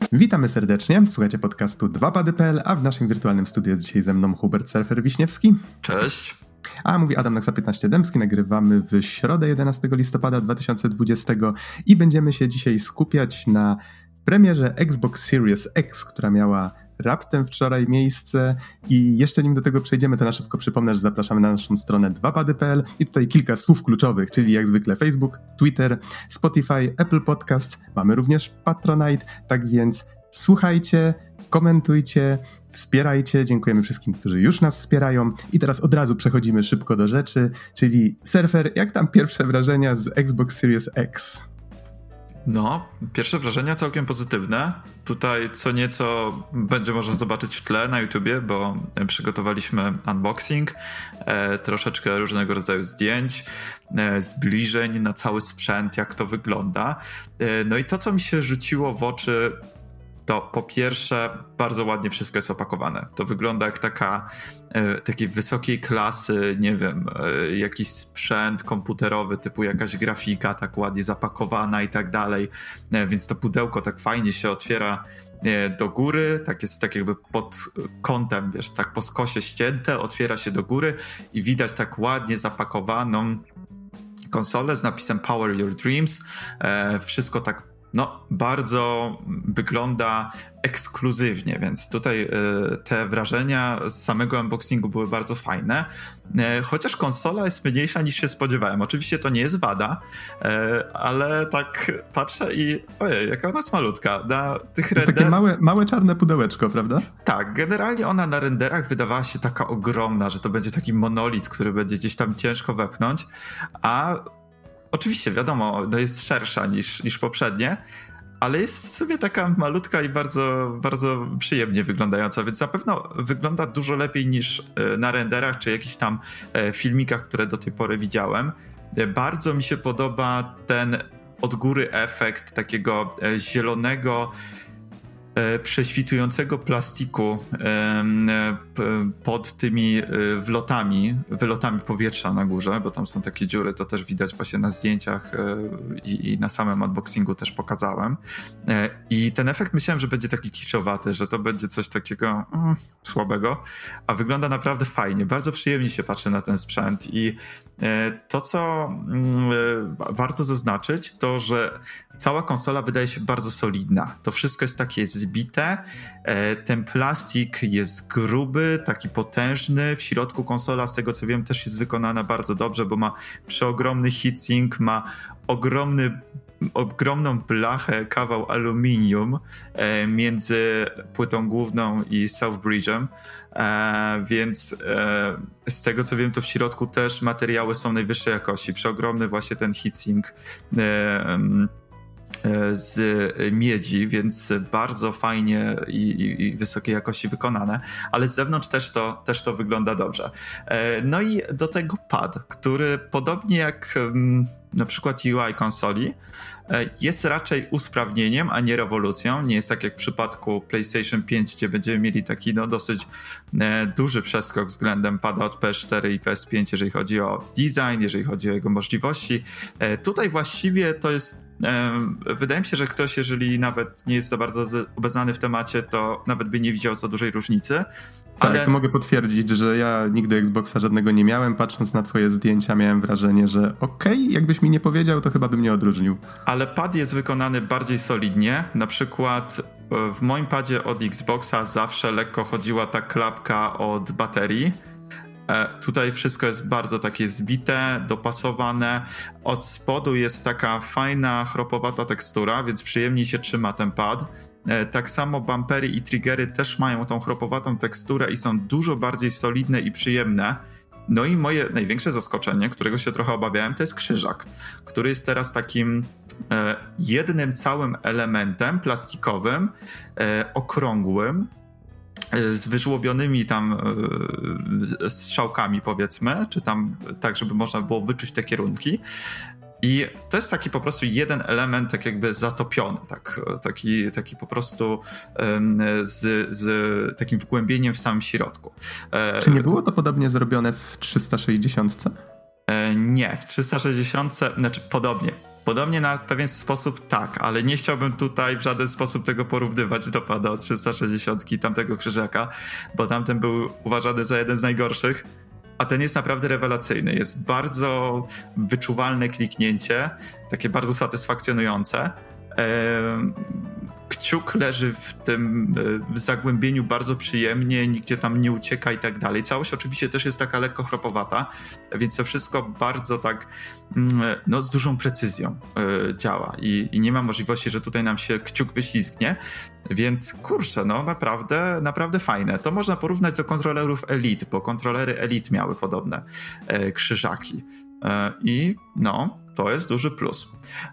Witamy serdecznie, słuchajcie podcastu 2pady.pl, a w naszym wirtualnym studiu jest dzisiaj ze mną Hubert Surfer-Wiśniewski. Cześć. A mówi Adam Naksa 15 Dębski, nagrywamy w środę 11 listopada 2020 i będziemy się dzisiaj skupiać na premierze Xbox Series X, która miała raptem wczoraj miejsce i jeszcze nim do tego przejdziemy, to na szybko przypomnę, że zapraszamy na naszą stronę 2pady.pl i tutaj kilka słów kluczowych, czyli jak zwykle Facebook, Twitter, Spotify, Apple Podcast, mamy również Patronite, tak więc słuchajcie, komentujcie, wspierajcie, dziękujemy wszystkim, którzy już nas wspierają i teraz od razu przechodzimy szybko do rzeczy, czyli Surfer, jak tam pierwsze wrażenia z Xbox Series X? No, pierwsze wrażenia całkiem pozytywne. Tutaj co nieco będzie można zobaczyć w tle na YouTubie, bo przygotowaliśmy unboxing, troszeczkę różnego rodzaju zdjęć, zbliżeń na cały sprzęt, jak to wygląda. No i to, co mi się rzuciło w oczy, to po pierwsze bardzo ładnie wszystko jest opakowane. To wygląda jak takiej wysokiej klasy, nie wiem, jakiś sprzęt komputerowy typu jakaś grafika tak ładnie zapakowana i tak dalej. Więc to pudełko tak fajnie się otwiera do góry, tak jest tak jakby pod kątem, wiesz, tak po skosie ścięte, otwiera się do góry i widać tak ładnie zapakowaną konsolę z napisem Power Your Dreams. Wszystko tak bardzo wygląda ekskluzywnie, więc tutaj te wrażenia z samego unboxingu były bardzo fajne, chociaż konsola jest mniejsza niż się spodziewałem. Oczywiście to nie jest wada, ale tak patrzę i ojej, jaka ona jest malutka. Na tych to jest takie małe czarne pudełeczko, prawda? Tak, generalnie ona na renderach wydawała się taka ogromna, że to będzie taki monolit, który będzie gdzieś tam ciężko wepchnąć, a oczywiście, wiadomo, jest szersza niż poprzednie, ale jest sobie taka malutka i bardzo, bardzo przyjemnie wyglądająca, więc na pewno wygląda dużo lepiej niż na renderach czy jakichś tam filmikach, które do tej pory widziałem. Bardzo mi się podoba ten od góry efekt takiego zielonego, prześwitującego plastiku pod tymi wylotami powietrza na górze, bo tam są takie dziury, to też widać właśnie na zdjęciach i na samym unboxingu też pokazałem. I ten efekt myślałem, że będzie taki kiczowaty, że to będzie coś takiego słabego, a wygląda naprawdę fajnie. Bardzo przyjemnie się patrzy na ten sprzęt i to, co warto zaznaczyć, to, że cała konsola wydaje się bardzo solidna. To wszystko jest takie zbite. Ten plastik jest gruby, taki potężny. W środku konsola, z tego co wiem, też jest wykonana bardzo dobrze, bo ma przeogromny heatsink, ma ogromną blachę, kawał aluminium między płytą główną i Southbridge'em, więc z tego co wiem, to w środku też materiały są najwyższej jakości. Przeogromny właśnie ten heatsink z miedzi, więc bardzo fajnie i wysokiej jakości wykonane, ale z zewnątrz też to wygląda dobrze. No i do tego pad, który podobnie jak na przykład UI konsoli jest raczej usprawnieniem, a nie rewolucją. Nie jest tak jak w przypadku PlayStation 5, gdzie będziemy mieli taki dosyć duży przeskok względem pada od PS4 i PS5, jeżeli chodzi o design, jeżeli chodzi o jego możliwości. Tutaj właściwie to jest wydaje mi się, że ktoś, jeżeli nawet nie jest za bardzo obeznany w temacie, to nawet by nie widział za dużej różnicy. Tak, to mogę potwierdzić, że ja nigdy Xboxa żadnego nie miałem. Patrząc na twoje zdjęcia miałem wrażenie, że jakbyś mi nie powiedział, to chyba bym nie odróżnił. Ale pad jest wykonany bardziej solidnie. Na przykład w moim padzie od Xboxa zawsze lekko chodziła ta klapka od baterii. Tutaj wszystko jest bardzo takie zbite, dopasowane. Od spodu jest taka fajna, chropowata tekstura, więc przyjemniej się trzyma ten pad. Tak samo bumpery i triggery też mają tą chropowatą teksturę i są dużo bardziej solidne i przyjemne. No i moje największe zaskoczenie, którego się trochę obawiałem, to jest krzyżak, który jest teraz takim jednym całym elementem plastikowym, okrągłym, z wyżłobionymi tam strzałkami, powiedzmy, czy tam tak, żeby można było wyczuć te kierunki. I to jest taki po prostu jeden element tak jakby zatopiony, taki po prostu z takim wgłębieniem w samym środku. Czy nie było to podobnie zrobione w 360? Nie, w 360, znaczy podobnie. Podobnie na pewien sposób tak, ale nie chciałbym tutaj w żaden sposób tego porównywać do pada 360 i tamtego krzyżaka, bo tamten był uważany za jeden z najgorszych, a ten jest naprawdę rewelacyjny. Jest bardzo wyczuwalne kliknięcie, takie bardzo satysfakcjonujące. Kciuk leży w tym zagłębieniu bardzo przyjemnie, nigdzie tam nie ucieka i tak dalej. Całość oczywiście też jest taka lekko chropowata, więc to wszystko bardzo tak z dużą precyzją działa i nie ma możliwości, że tutaj nam się kciuk wyślizgnie, więc kurczę, naprawdę fajne. To można porównać do kontrolerów Elite, bo kontrolery Elite miały podobne krzyżaki i to jest duży plus.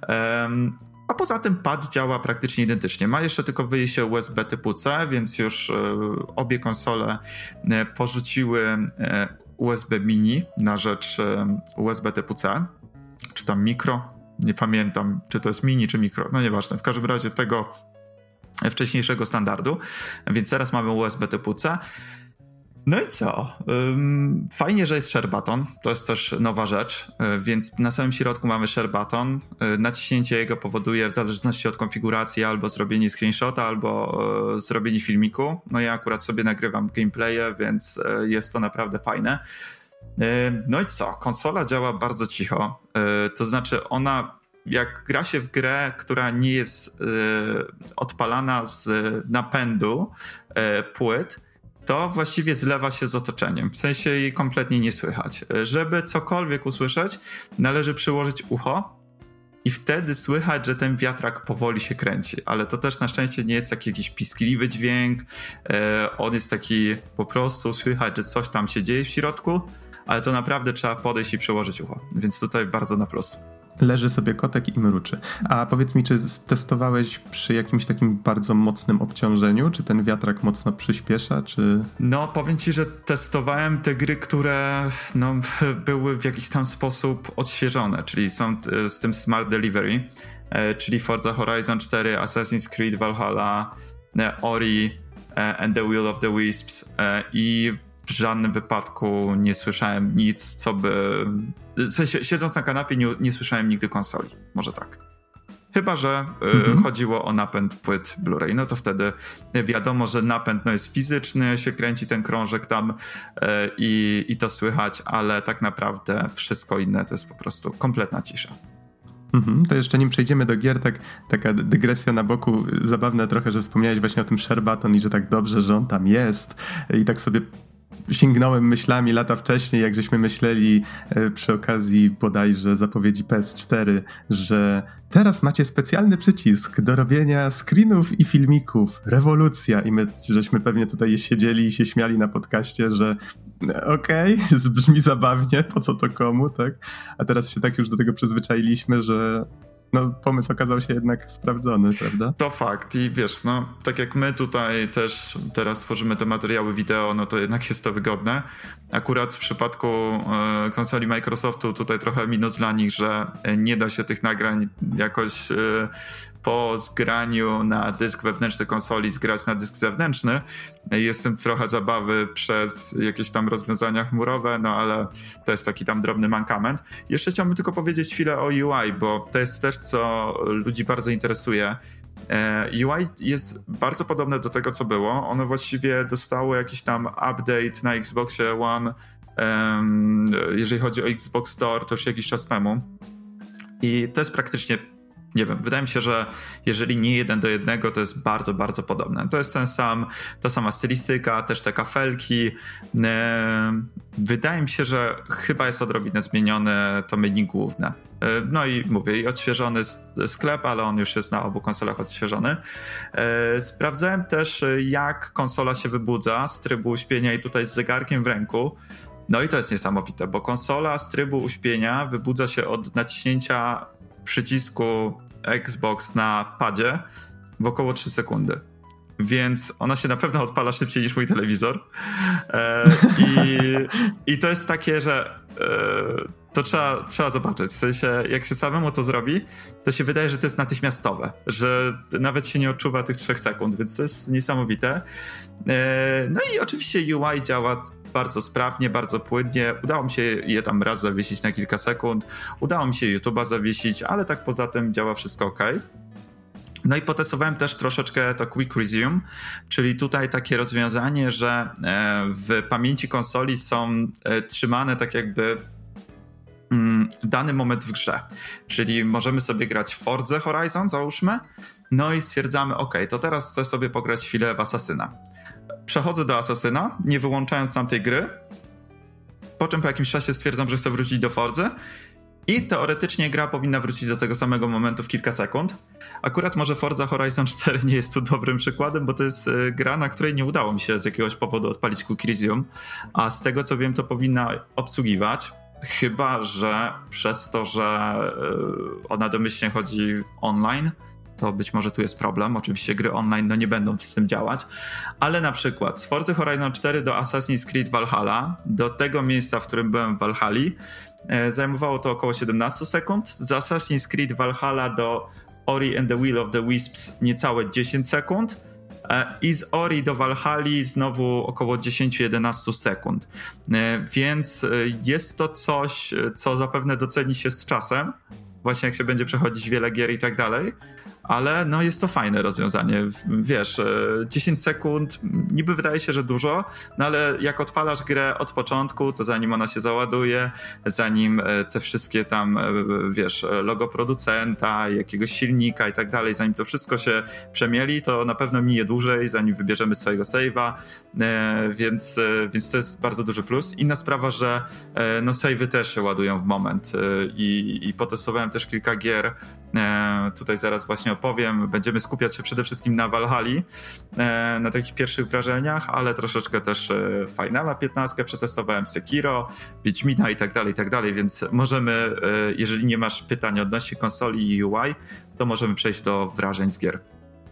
A poza tym pad działa praktycznie identycznie. Ma jeszcze tylko wyjście USB typu C, więc już obie konsole porzuciły USB mini na rzecz USB typu C. Czy tam mikro? Nie pamiętam, czy to jest mini, czy mikro. No nieważne. W każdym razie tego wcześniejszego standardu. Więc teraz mamy USB typu C. No i co? Fajnie, że jest share button, to jest też nowa rzecz, więc na samym środku mamy share button. Naciśnięcie jego powoduje w zależności od konfiguracji albo zrobienie screenshota, albo zrobienie filmiku. No ja akurat sobie nagrywam gameplaye, więc jest to naprawdę fajne. No i co? Konsola działa bardzo cicho, to znaczy ona jak gra się w grę, która nie jest odpalana z napędu płyt, to właściwie zlewa się z otoczeniem. W sensie jej kompletnie nie słychać. Żeby cokolwiek usłyszeć, należy przyłożyć ucho i wtedy słychać, że ten wiatrak powoli się kręci. Ale to też na szczęście nie jest taki jakiś piskliwy dźwięk. On jest taki po prostu słychać, że coś tam się dzieje w środku, ale to naprawdę trzeba podejść i przyłożyć ucho. Więc tutaj bardzo na plus. Leży sobie kotek i mruczy. A powiedz mi, czy testowałeś przy jakimś takim bardzo mocnym obciążeniu? Czy ten wiatrak mocno przyspiesza, czy... No, powiem ci, że testowałem te gry, które były w jakiś tam sposób odświeżone, czyli są z tym Smart Delivery, czyli Forza Horizon 4, Assassin's Creed Valhalla, Ori and the Will of the Wisps i w żadnym wypadku nie słyszałem nic, co by... W sensie, siedząc na kanapie nie słyszałem nigdy konsoli. Może tak. Chyba że chodziło o napęd płyt Blu-ray. No to wtedy wiadomo, że napęd jest fizyczny, się kręci ten krążek tam i to słychać, ale tak naprawdę wszystko inne to jest po prostu kompletna cisza. To jeszcze nim przejdziemy do gier, taka dygresja na boku, zabawne trochę, że wspomniałeś właśnie o tym share button i że tak dobrze, że on tam jest i tak sobie sięgnąłem myślami lata wcześniej, jak żeśmy myśleli przy okazji bodajże zapowiedzi PS4, że teraz macie specjalny przycisk do robienia screenów i filmików. Rewolucja. I my żeśmy pewnie tutaj siedzieli i się śmiali na podcaście, że okej, brzmi zabawnie, po co to komu, tak? A teraz się tak już do tego przyzwyczailiśmy, że pomysł okazał się jednak sprawdzony, prawda? To fakt i wiesz, tak jak my tutaj też teraz tworzymy te materiały wideo, to jednak jest to wygodne. Akurat w przypadku konsoli Microsoftu tutaj trochę minus dla nich, że nie da się tych nagrań jakoś po zgraniu na dysk wewnętrzny konsoli zgrać na dysk zewnętrzny. Jest tym trochę zabawy przez jakieś tam rozwiązania chmurowe, ale to jest taki tam drobny mankament. Jeszcze chciałbym tylko powiedzieć chwilę o UI, bo to jest też, co ludzi bardzo interesuje. UI jest bardzo podobne do tego, co było. Ono właściwie dostało jakiś tam update na Xboxie One, jeżeli chodzi o Xbox Store, to już jakiś czas temu. I to jest praktycznie, nie wiem, wydaje mi się, że jeżeli nie 1:1, to jest bardzo, bardzo podobne. To jest ta sama stylistyka, też te kafelki. Wydaje mi się, że chyba jest odrobinę zmienione to menu główne. No i mówię, i odświeżony sklep, ale on już jest na obu konsolach odświeżony. Sprawdzałem też, jak konsola się wybudza z trybu uśpienia i tutaj z zegarkiem w ręku. No i to jest niesamowite, bo konsola z trybu uśpienia wybudza się od naciśnięcia przycisku Xbox na padzie w około 3 sekundy. Więc ona się na pewno odpala szybciej niż mój telewizor. I to jest takie, że to trzeba zobaczyć. W sensie, jak się samemu to zrobi, to się wydaje, że to jest natychmiastowe, że nawet się nie odczuwa tych 3 sekund, więc to jest niesamowite. No i oczywiście UI działa bardzo sprawnie, bardzo płynnie. Udało mi się je tam raz zawiesić na kilka sekund. Udało mi się YouTube'a zawiesić, ale tak poza tym działa wszystko ok. No i potestowałem też troszeczkę to Quick Resume, czyli tutaj takie rozwiązanie, że w pamięci konsoli są trzymane tak jakby dany moment w grze. Czyli możemy sobie grać w Forza Horizon, załóżmy, no i stwierdzamy, ok, to teraz chcę sobie pograć chwilę w Asasyna. Przechodzę do Asasyna, nie wyłączając tamtej gry, po czym po jakimś czasie stwierdzam, że chcę wrócić do Forzy i teoretycznie gra powinna wrócić do tego samego momentu w kilka sekund. Akurat może Forza Horizon 4 nie jest tu dobrym przykładem, bo to jest gra, na której nie udało mi się z jakiegoś powodu odpalić Quick Resume, a z tego co wiem, to powinna obsługiwać. Chyba że przez to, że ona domyślnie chodzi online, to być może tu jest problem. Oczywiście gry online nie będą z tym działać, ale na przykład z Forza Horizon 4 do Assassin's Creed Valhalla, do tego miejsca, w którym byłem w Valhalli, zajmowało to około 17 sekund. Z Assassin's Creed Valhalla do Ori and the Will of the Wisps niecałe 10 sekund. I z Ori do Valhalli znowu około 10-11 sekund. Więc jest to coś, co zapewne doceni się z czasem, właśnie jak się będzie przechodzić wiele gier i tak dalej, ale no jest to fajne rozwiązanie. Wiesz, 10 sekund niby wydaje się, że dużo, no ale jak odpalasz grę od początku, to zanim ona się załaduje, zanim te wszystkie tam, wiesz, logo producenta, jakiegoś silnika i tak dalej, zanim to wszystko się przemieli, to na pewno mije dłużej, zanim wybierzemy swojego save'a, więc to jest bardzo duży plus. Inna sprawa, że no save'y też się ładują w moment i potestowałem też kilka gier, tutaj zaraz właśnie opowiem. Będziemy skupiać się przede wszystkim na Valhalli, na takich pierwszych wrażeniach, ale troszeczkę też Finala 15 przetestowałem, Sekiro, Wiedźmina i tak dalej, więc możemy, jeżeli nie masz pytań odnośnie konsoli i UI, to możemy przejść do wrażeń z gier.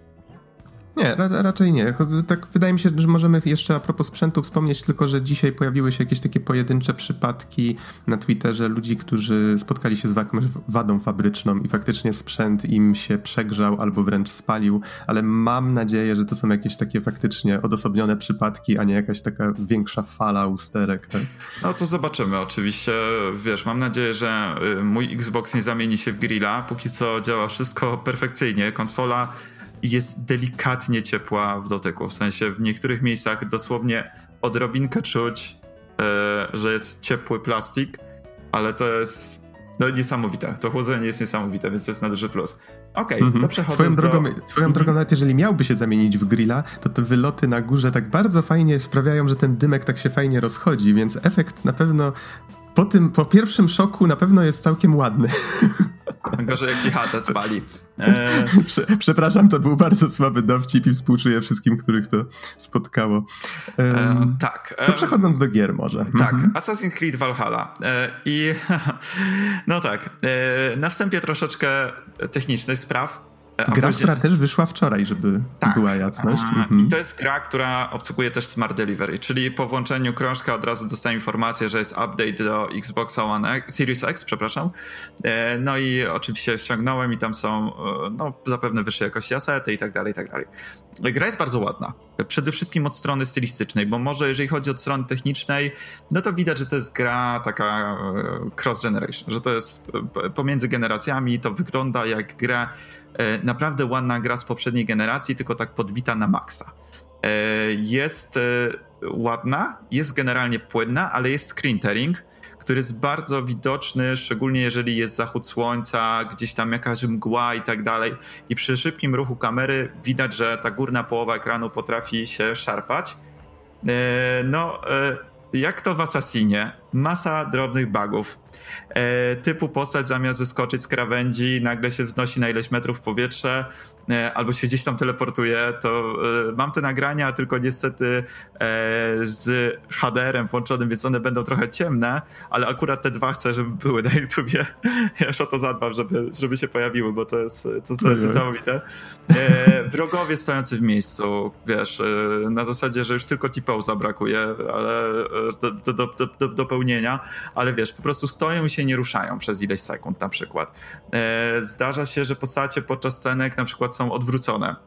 Nie, raczej nie. Tak wydaje mi się, że możemy jeszcze a propos sprzętu wspomnieć tylko, że dzisiaj pojawiły się jakieś takie pojedyncze przypadki na Twitterze ludzi, którzy spotkali się z jakąś wadą fabryczną i faktycznie sprzęt im się przegrzał albo wręcz spalił, ale mam nadzieję, że to są jakieś takie faktycznie odosobnione przypadki, a nie jakaś taka większa fala usterek. Tak? No to zobaczymy oczywiście. Wiesz, mam nadzieję, że mój Xbox nie zamieni się w grilla. Póki co działa wszystko perfekcyjnie. Konsola jest delikatnie ciepła w dotyku, w sensie w niektórych miejscach dosłownie odrobinkę czuć, że jest ciepły plastik, ale to jest no niesamowite. To chłodzenie jest niesamowite, więc to jest na duży plus. Okej, to przechodzę Swoją drogą, nawet jeżeli miałby się zamienić w grilla, to te wyloty na górze tak bardzo fajnie sprawiają, że ten dymek tak się fajnie rozchodzi, więc efekt na pewno po pierwszym szoku na pewno jest całkiem ładny. Gorzej jak ci chatę spali. Przepraszam, to był bardzo słaby dowcip i współczuję wszystkim, których to spotkało. Tak. To przechodząc do gier może. Tak, Assassin's Creed Valhalla. No tak, na wstępie troszeczkę technicznych spraw. Gra, która też wyszła wczoraj, żeby była jasność. I to jest gra, która obsługuje też Smart Delivery, czyli po włączeniu krążka od razu dostałem informację, że jest update do Xboxa One X, Series X, przepraszam. No i oczywiście ściągnąłem i tam są zapewne wyższej jakości asety i tak dalej. Gra jest bardzo ładna. Przede wszystkim od strony stylistycznej, bo może jeżeli chodzi od strony technicznej, no to widać, że to jest gra taka cross-generation, że to jest pomiędzy generacjami, to wygląda jak gra naprawdę ładna gra z poprzedniej generacji, tylko tak podbita na maksa. Jest ładna, jest generalnie płynna, ale jest screen tearing, który jest bardzo widoczny, szczególnie jeżeli jest zachód słońca, gdzieś tam jakaś mgła i tak dalej. I przy szybkim ruchu kamery widać, że ta górna połowa ekranu potrafi się szarpać. Jak to w Assassinie, masa drobnych bugów. Typu postać zamiast zeskoczyć z krawędzi nagle się wznosi na ileś metrów w powietrze albo się gdzieś tam teleportuje, to mam te nagrania, tylko niestety z HDR-em włączonym, więc one będą trochę ciemne, ale akurat te dwa chcę, żeby były na YouTubie. Ja już o to zadbam, żeby się pojawiły, bo to jest niesamowite. Wrogowie stojący w miejscu, wiesz, na zasadzie, że już tylko T-Pose'a brakuje, ale do pełnienia, ale wiesz, po prostu stoją i się nie ruszają przez ileś sekund na przykład. Zdarza się, że postacie podczas scenek na przykład są odwrócone.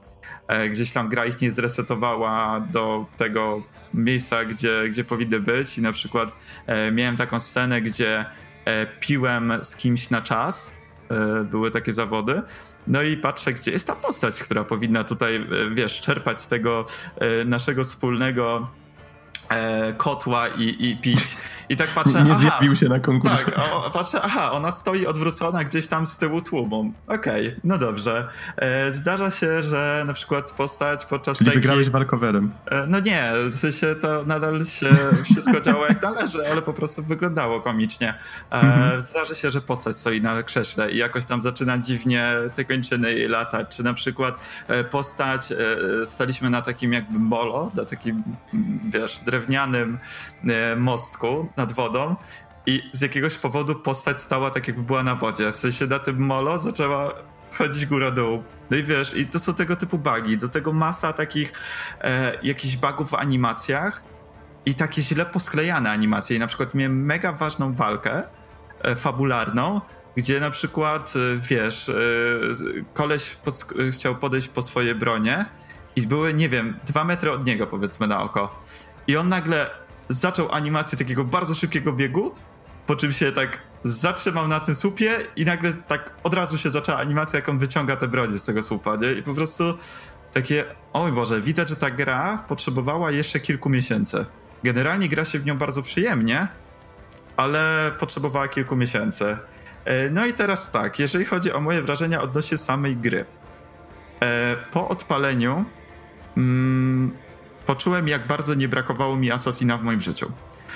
gdzieś tam gra ich nie zresetowała do tego miejsca, gdzie powinny być i na przykład miałem taką scenę, gdzie piłem z kimś na czas, były takie zawody, no i patrzę, gdzie jest ta postać, która powinna tutaj, wiesz, czerpać z tego naszego wspólnego kotła i pić. I tak patrzę, nie zjawił się na konkursie. Tak, patrzę, ona stoi odwrócona gdzieś tam z tyłu tłumu. Okej, no dobrze. Zdarza się, że na przykład postać podczas Czyli wygrałeś walkowerem. No nie, w sensie to nadal się wszystko działo jak należy, ale po prostu wyglądało komicznie. Zdarza się, że postać stoi na krześle i jakoś tam zaczyna dziwnie te kończyny jej latać. Czy na przykład postać, staliśmy na takim jakby molo, na takim, wiesz, drewnianym mostku nad wodą i z jakiegoś powodu postać stała tak jakby była na wodzie. W sensie na tym molo zaczęła chodzić góra-dół. No i wiesz, i to są tego typu bugi. Do tego masa takich jakichś bugów w animacjach i takie źle posklejane animacje. I na przykład miałem mega ważną walkę fabularną, gdzie na przykład, wiesz, koleś chciał podejść po swoje bronie i były, nie wiem, 2 metry od niego, powiedzmy, na oko. I on nagle zaczął animację takiego bardzo szybkiego biegu, po czym się tak zatrzymał na tym słupie i nagle tak od razu się zaczęła animacja, jak on wyciąga te bronie z tego słupa, nie? I po prostu takie, oj Boże, widać, że ta gra potrzebowała jeszcze kilku miesięcy. Generalnie gra się w nią bardzo przyjemnie, ale potrzebowała kilku miesięcy. No i teraz tak, jeżeli chodzi o moje wrażenia odnośnie samej gry. Po odpaleniu poczułem, jak bardzo nie brakowało mi Assassina w moim życiu.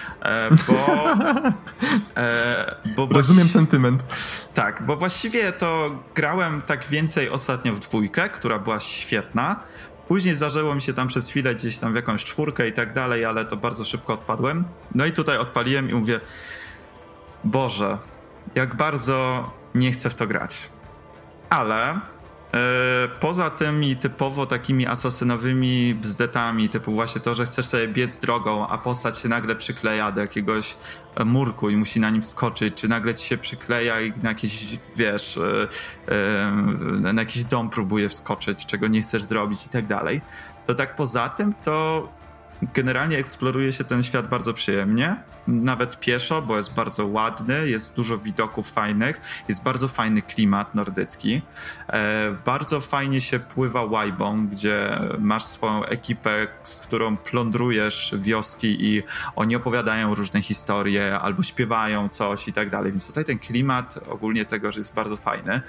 Bo rozumiem sentyment. Tak, bo właściwie to grałem tak więcej ostatnio w 2, która była świetna. Później zdarzyło mi się tam przez chwilę gdzieś tam w jakąś 4 i tak dalej, ale to bardzo szybko odpadłem. No i tutaj odpaliłem i mówię, Boże, jak bardzo nie chcę w to grać. Ale poza tymi typowo takimi asasynowymi bzdetami, typu właśnie to, że chcesz sobie biec drogą, a postać się nagle przykleja do jakiegoś murku i musi na nim skoczyć, czy nagle ci się przykleja i na jakiś, wiesz, na jakiś dom próbuje wskoczyć, czego nie chcesz zrobić i tak dalej, to tak poza tym to generalnie eksploruje się ten świat bardzo przyjemnie, nawet pieszo, bo jest bardzo ładny, jest dużo widoków fajnych, jest bardzo fajny klimat nordycki. Bardzo fajnie się pływa łajbą, gdzie masz swoją ekipę, z którą plądrujesz wioski i oni opowiadają różne historie albo śpiewają coś i tak dalej, więc tutaj ten klimat ogólnie tego, że jest bardzo fajny.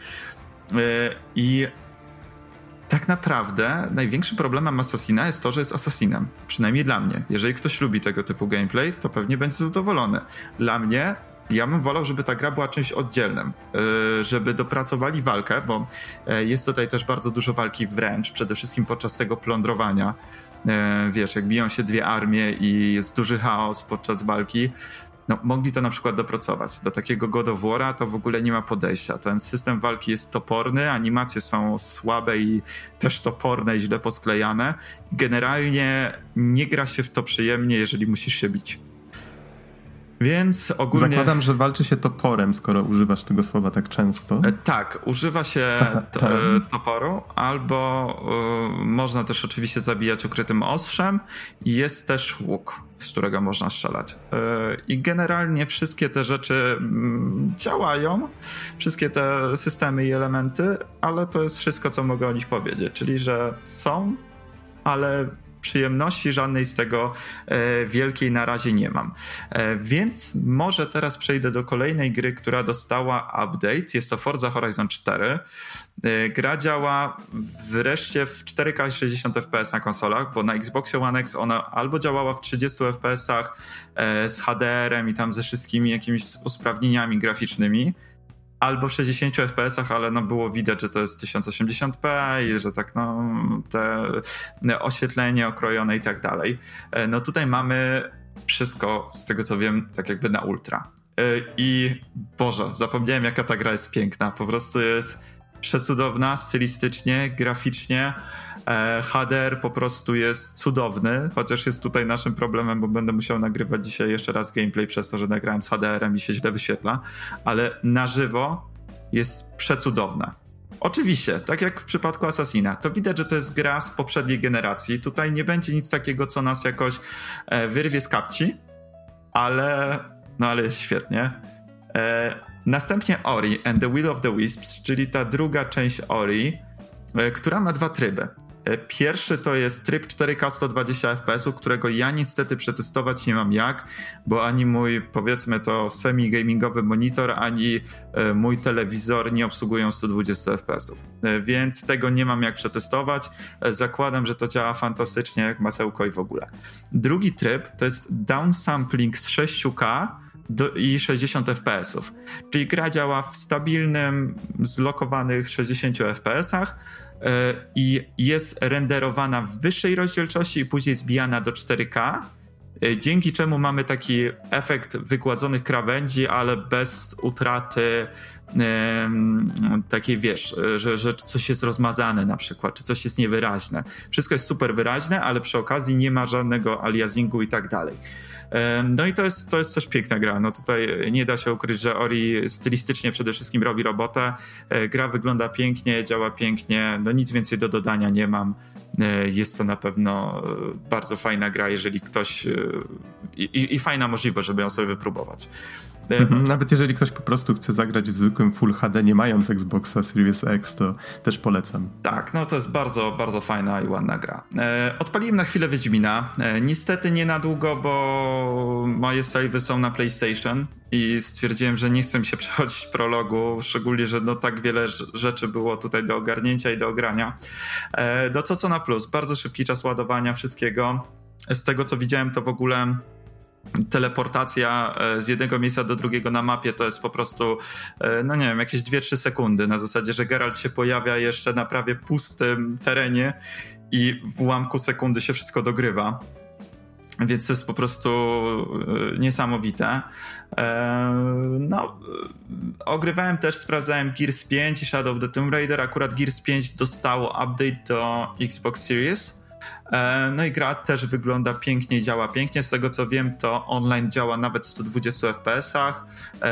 I tak naprawdę największym problemem Assassina jest to, że jest Assassinem. Przynajmniej dla mnie. Jeżeli ktoś lubi tego typu gameplay, to pewnie będzie zadowolony. Dla mnie, ja bym wolał, żeby ta gra była czymś oddzielnym. Żeby dopracowali walkę, bo jest tutaj też bardzo dużo walki wręcz, przede wszystkim podczas tego plądrowania. Wiesz, jak biją się 2 armie i jest duży chaos podczas walki, no, mogli to na przykład dopracować. Do takiego God of War'a to w ogóle nie ma podejścia. Ten system walki jest toporny, animacje są słabe i też toporne i źle posklejane. Generalnie nie gra się w to przyjemnie, jeżeli musisz się bić. Więc ogólnie... Zakładam, że walczy się toporem, skoro używasz tego słowa tak często. Tak, używa się toporu, albo można też oczywiście zabijać ukrytym ostrzem. Jest też łuk, z którego można strzelać. I generalnie wszystkie te rzeczy działają, wszystkie te systemy i elementy, ale to jest wszystko, co mogę o nich powiedzieć. Czyli, że są, ale przyjemności żadnej z tego wielkiej na razie nie mam. Więc może teraz przejdę do kolejnej gry, która dostała update. Jest to Forza Horizon 4. Gra działa wreszcie w 4K 60 fps na konsolach, bo na Xboxie One X ona albo działała w 30 fps-ach z HDR-em i tam ze wszystkimi jakimiś usprawnieniami graficznymi, albo w 60 fps-ach, ale no było widać, że to jest 1080p i że tak no te oświetlenie okrojone i tak dalej. No tutaj mamy wszystko, z tego co wiem, tak jakby na ultra. I Boże, zapomniałem jaka ta gra jest piękna. Po prostu jest przecudowna stylistycznie, graficznie. HDR po prostu jest cudowny, chociaż jest tutaj naszym problemem, bo będę musiał nagrywać dzisiaj jeszcze raz gameplay przez to, że nagrałem z HDR-em i się źle wyświetla, ale na żywo jest przecudowne. Oczywiście, tak jak w przypadku Assassina, to widać, że to jest gra z poprzedniej generacji. Tutaj nie będzie nic takiego, co nas jakoś wyrwie z kapci, ale jest świetnie. Następnie Ori and the Will of the Wisps, czyli ta druga część Ori, która ma 2 tryby. Pierwszy to jest tryb 4K 120 fps, którego ja niestety przetestować nie mam jak, bo ani mój, powiedzmy to, semi-gamingowy monitor, ani mój telewizor nie obsługują 120 fps. Więc tego nie mam jak przetestować. Zakładam, że to działa fantastycznie jak masełko i w ogóle. Drugi tryb to jest downsampling z 6K i 60 fps. Czyli gra działa w stabilnym, zlokowanych 60 fps i jest renderowana w wyższej rozdzielczości i później zbijana do 4K, dzięki czemu mamy taki efekt wygładzonych krawędzi, ale bez utraty takiej, wiesz, że coś jest rozmazane na przykład, czy coś jest niewyraźne. Wszystko jest super wyraźne, ale przy okazji nie ma żadnego aliasingu i tak dalej. No i to jest też piękna gra. No tutaj nie da się ukryć, że Ori stylistycznie przede wszystkim robi robotę. Gra wygląda pięknie, działa pięknie. No nic więcej do dodania nie mam. Jest to na pewno bardzo fajna gra, jeżeli ktoś i fajna możliwość, żeby ją sobie wypróbować. Nawet jeżeli ktoś po prostu chce zagrać w zwykłym Full HD, nie mając Xboxa Series X, to też polecam. Tak, no to jest bardzo, bardzo fajna i ładna gra. Odpaliłem na chwilę Wiedźmina. Niestety nie na długo, bo moje save'y są na PlayStation i stwierdziłem, że nie chcę mi się przechodzić prologu, szczególnie, że no tak wiele rzeczy było tutaj do ogarnięcia i do ogrania. No co na plus, bardzo szybki czas ładowania wszystkiego. Z tego co widziałem, to w ogóle teleportacja z jednego miejsca do drugiego na mapie to jest po prostu, no nie wiem, jakieś 2-3 sekundy, na zasadzie, że Geralt się pojawia jeszcze na prawie pustym terenie i w ułamku sekundy się wszystko dogrywa. Więc to jest po prostu niesamowite. No, ogrywałem też, sprawdzałem Gears 5 i Shadow of the Tomb Raider. Akurat Gears 5 dostało update do Xbox Series. No i gra też wygląda pięknie i działa pięknie. Z tego co wiem, to online działa nawet w 120 fps-ach.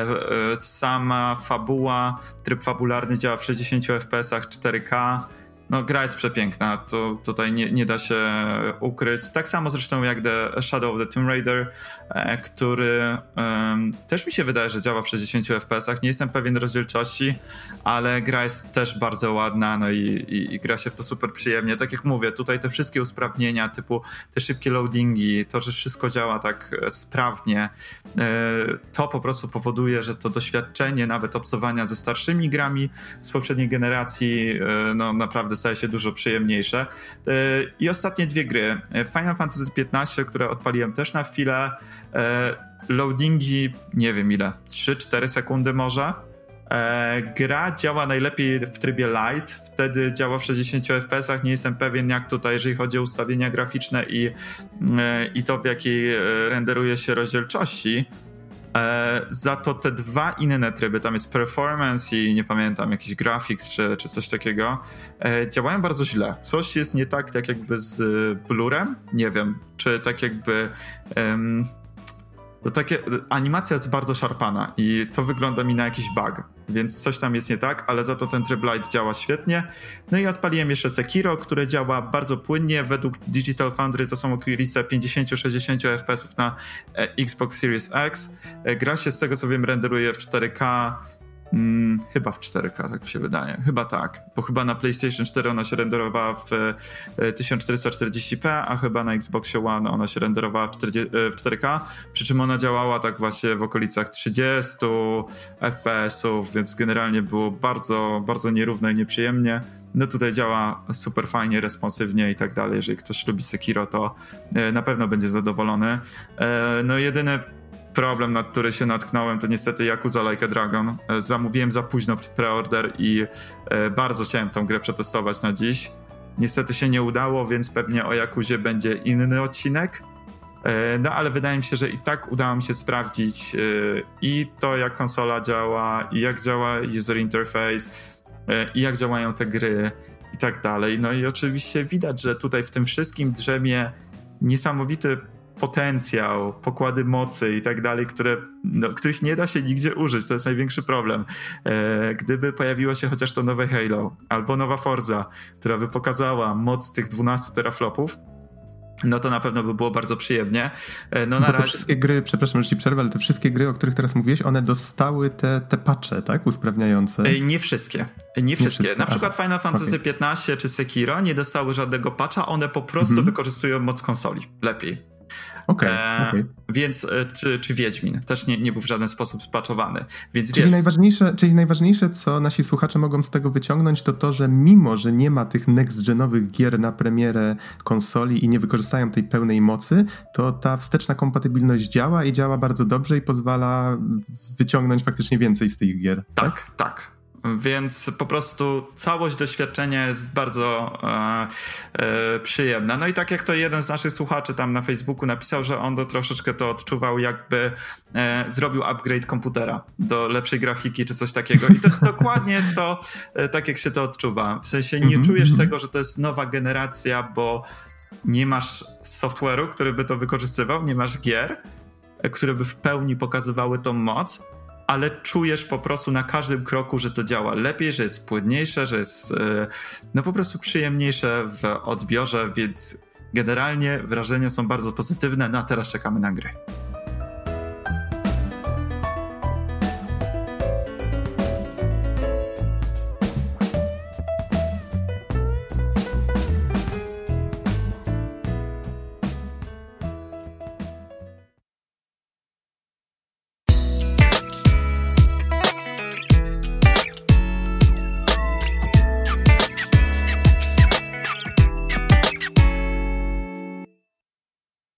Sama fabuła, tryb fabularny działa w 60 fps-ach 4K. No gra jest przepiękna, to tutaj nie da się ukryć. Tak samo zresztą jak The Shadow of the Tomb Raider, który też mi się wydaje, że działa w 60 fps-ach. Nie jestem pewien rozdzielczości, ale gra jest też bardzo ładna, no i gra się w to super przyjemnie. Tak jak mówię, tutaj te wszystkie usprawnienia, typu te szybkie loadingi, to, że wszystko działa tak sprawnie, to po prostu powoduje, że to doświadczenie nawet obcowania ze starszymi grami z poprzedniej generacji, no naprawdę staje się dużo przyjemniejsze. I ostatnie 2 gry. Final Fantasy XV, które odpaliłem też na chwilę. Loadingi, nie wiem ile, 3-4 sekundy może. Gra działa najlepiej w trybie light, wtedy działa w 60 fps-ach. Nie jestem pewien jak tutaj, jeżeli chodzi o ustawienia graficzne i to w jakiej renderuje się rozdzielczości. Za to te 2 inne tryby, tam jest performance i nie pamiętam, jakiś graphics czy coś takiego, działają bardzo źle. Coś jest nie tak jakby z blurem, nie wiem, czy tak jakby to takie, animacja jest bardzo szarpana i to wygląda mi na jakiś bug, więc coś tam jest nie tak, ale za to ten tryb light działa świetnie. No i odpaliłem jeszcze Sekiro, które działa bardzo płynnie. Według Digital Foundry to są okolicę 50-60 fps na Xbox Series X. Gra się z tego co wiem renderuje w 4K. Chyba w 4K, tak mi się wydaje. Chyba tak, bo chyba na PlayStation 4 ona się renderowała w 1440p, a chyba na Xboxie One ona się renderowała w 4K, przy czym ona działała tak właśnie w okolicach 30 FPS-ów, więc generalnie było bardzo, bardzo nierówno i nieprzyjemnie. No tutaj działa super fajnie, responsywnie i tak dalej. Jeżeli ktoś lubi Sekiro, to na pewno będzie zadowolony. No jedyny problem, na który się natknąłem, to niestety Yakuza Like a Dragon. Zamówiłem za późno preorder i bardzo chciałem tą grę przetestować na dziś. Niestety się nie udało, więc pewnie o Yakuzie będzie inny odcinek. No ale wydaje mi się, że i tak udało mi się sprawdzić i to, jak konsola działa, i jak działa user interface, i jak działają te gry i tak dalej. No i oczywiście widać, że tutaj w tym wszystkim drzemie niesamowity potencjał, pokłady mocy i tak dalej, których nie da się nigdzie użyć. To jest największy problem. Gdyby pojawiło się chociaż to nowe Halo albo nowa Forza, która by pokazała moc tych 12 teraflopów, no to na pewno by było bardzo przyjemnie. No na razie... Te wszystkie gry, przepraszam, że ci przerwę, ale te wszystkie gry, o których teraz mówiłeś, one dostały te patche, tak? Usprawniające. Nie wszystkie. Nie wszystkie. Na przykład Final Fantasy XV czy Sekiro nie dostały żadnego patcha, one po prostu wykorzystują moc konsoli lepiej. Okej. Więc czy Wiedźmin też nie był w żaden sposób spaczowany. Więc czyli najważniejsze, co nasi słuchacze mogą z tego wyciągnąć, to to, że mimo, że nie ma tych next-genowych gier na premierę konsoli i nie wykorzystają tej pełnej mocy, to ta wsteczna kompatybilność działa i działa bardzo dobrze i pozwala wyciągnąć faktycznie więcej z tych gier. Tak. Więc po prostu całość doświadczenia jest bardzo przyjemna. No i tak jak to jeden z naszych słuchaczy tam na Facebooku napisał, że on troszeczkę to odczuwał, jakby zrobił upgrade komputera do lepszej grafiki czy coś takiego. I to jest dokładnie to, tak jak się to odczuwa. W sensie nie czujesz tego, że to jest nowa generacja, bo nie masz software'u, który by to wykorzystywał, nie masz gier, które by w pełni pokazywały tą moc, ale czujesz po prostu na każdym kroku, że to działa lepiej, że jest płynniejsze, że jest no po prostu przyjemniejsze w odbiorze, więc generalnie wrażenia są bardzo pozytywne, no a teraz czekamy na gry.